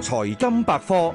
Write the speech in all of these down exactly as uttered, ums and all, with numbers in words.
財金百科。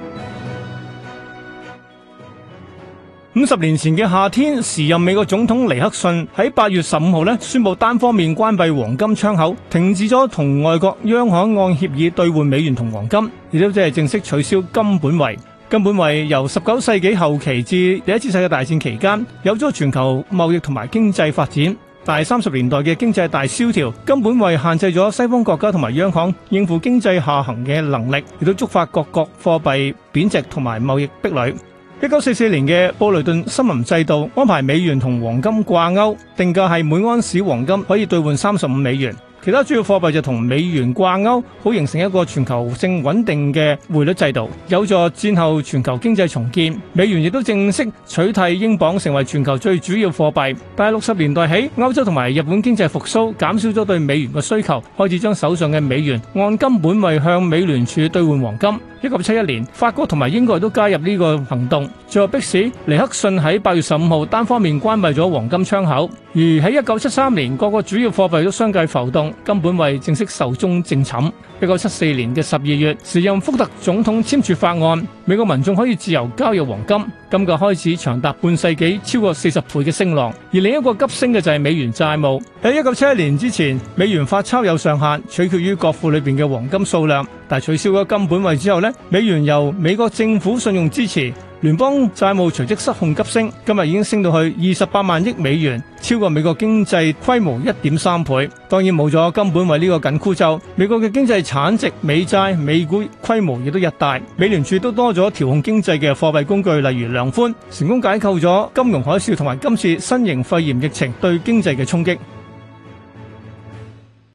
五十年前嘅夏天，時任美國總統尼克遜喺八月十五號咧宣布單方面關閉黃金窗口，停止咗同外國央行按協議兌換美元同黃金，亦都即係正式取消金本位。金本位由十九世紀後期至第一次世界大戰期間，有咗全球貿易同埋經濟發展。但係三十年代嘅經濟大蕭條，金本位限制咗西方國家同埋央行應付經濟下行嘅能力，亦都觸發各國貨幣貶值同埋貿易壁壘。一九四四年嘅布雷頓森林制度安排美元同黃金掛鈎，定價係每安士黃金可以兌換三十五美元。其他主要貨幣就同美元掛鈎，好形成一個全球性穩定嘅匯率制度，有助戰後全球經濟重建。美元亦都正式取替英鎊成為全球最主要貨幣。但係六十年代起，歐洲同埋日本經濟復甦，減少咗對美元嘅需求，開始將手上嘅美元按金本位向美聯儲兌換黃金。一九七一年，法國同埋英國都加入呢個行動，最後迫使尼克遜喺八月十五號單方面關閉咗黃金窗口。而喺一九七三年，各個主要貨幣都相繼浮動，金本位正式壽終正寢。一九七四年嘅十二月，時任福特總統簽署法案，美國民眾可以自由交易黃金。金價開始長達半世紀超過四十倍嘅升浪。而另一個急升嘅就係美元債務。喺一九七一年之前，美元發鈔有上限，取決於國庫裏邊嘅黃金數量。但係取消咗金本位之後呢，美元由美國政府信用支持，聯邦債務隨即失控急升，今日已經升到去二十八萬億美元，超過美國經濟規模一點三倍。當然冇咗金本位呢個緊箍咒，美國嘅經濟產值、美債、美股規模亦都日大。美聯儲都多咗調控經濟嘅貨幣工具，例如量寬，成功解構咗金融海嘯同埋今次新型肺炎疫情對經濟嘅衝擊。